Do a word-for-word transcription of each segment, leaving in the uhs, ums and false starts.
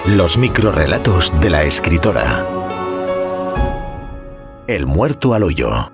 Los microrrelatos de la escritora. El muerto al hoyo.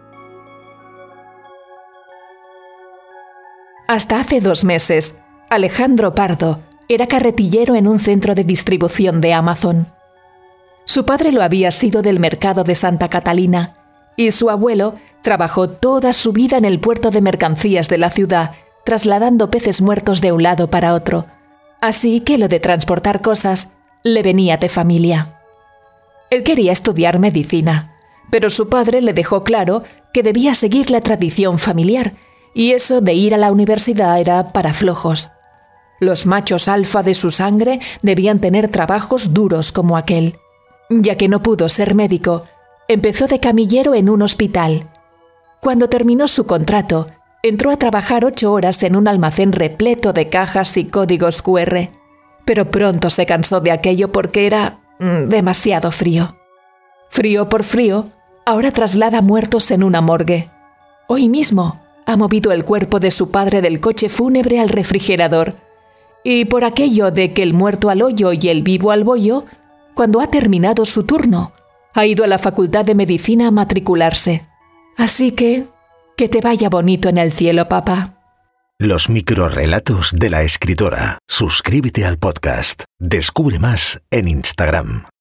Hasta hace dos meses, Alejandro Pardo era carretillero en un centro de distribución de Amazon. Su padre lo había sido del mercado de Santa Catalina y su abuelo trabajó toda su vida en el puerto de mercancías de la ciudad, trasladando peces muertos de un lado para otro. Así que lo de transportar cosas le venía de familia. Él quería estudiar medicina, pero su padre le dejó claro que debía seguir la tradición familiar, y eso de ir a la universidad era para flojos. Los machos alfa de su sangre debían tener trabajos duros como aquel. Ya que no pudo ser médico, empezó de camillero en un hospital. Cuando terminó su contrato, entró a trabajar ocho horas en un almacén repleto de cajas y códigos cu erre, pero pronto se cansó de aquello porque era mm, demasiado frío. Frío por frío, ahora traslada muertos en una morgue. Hoy mismo ha movido el cuerpo de su padre del coche fúnebre al refrigerador. Y por aquello de que el muerto al hoyo y el vivo al bollo, cuando ha terminado su turno, ha ido a la Facultad de Medicina a matricularse. Así que, que te vaya bonito en el cielo, papá. Los microrrelatos de la escritora. Suscríbete al podcast. Descubre más en Instagram.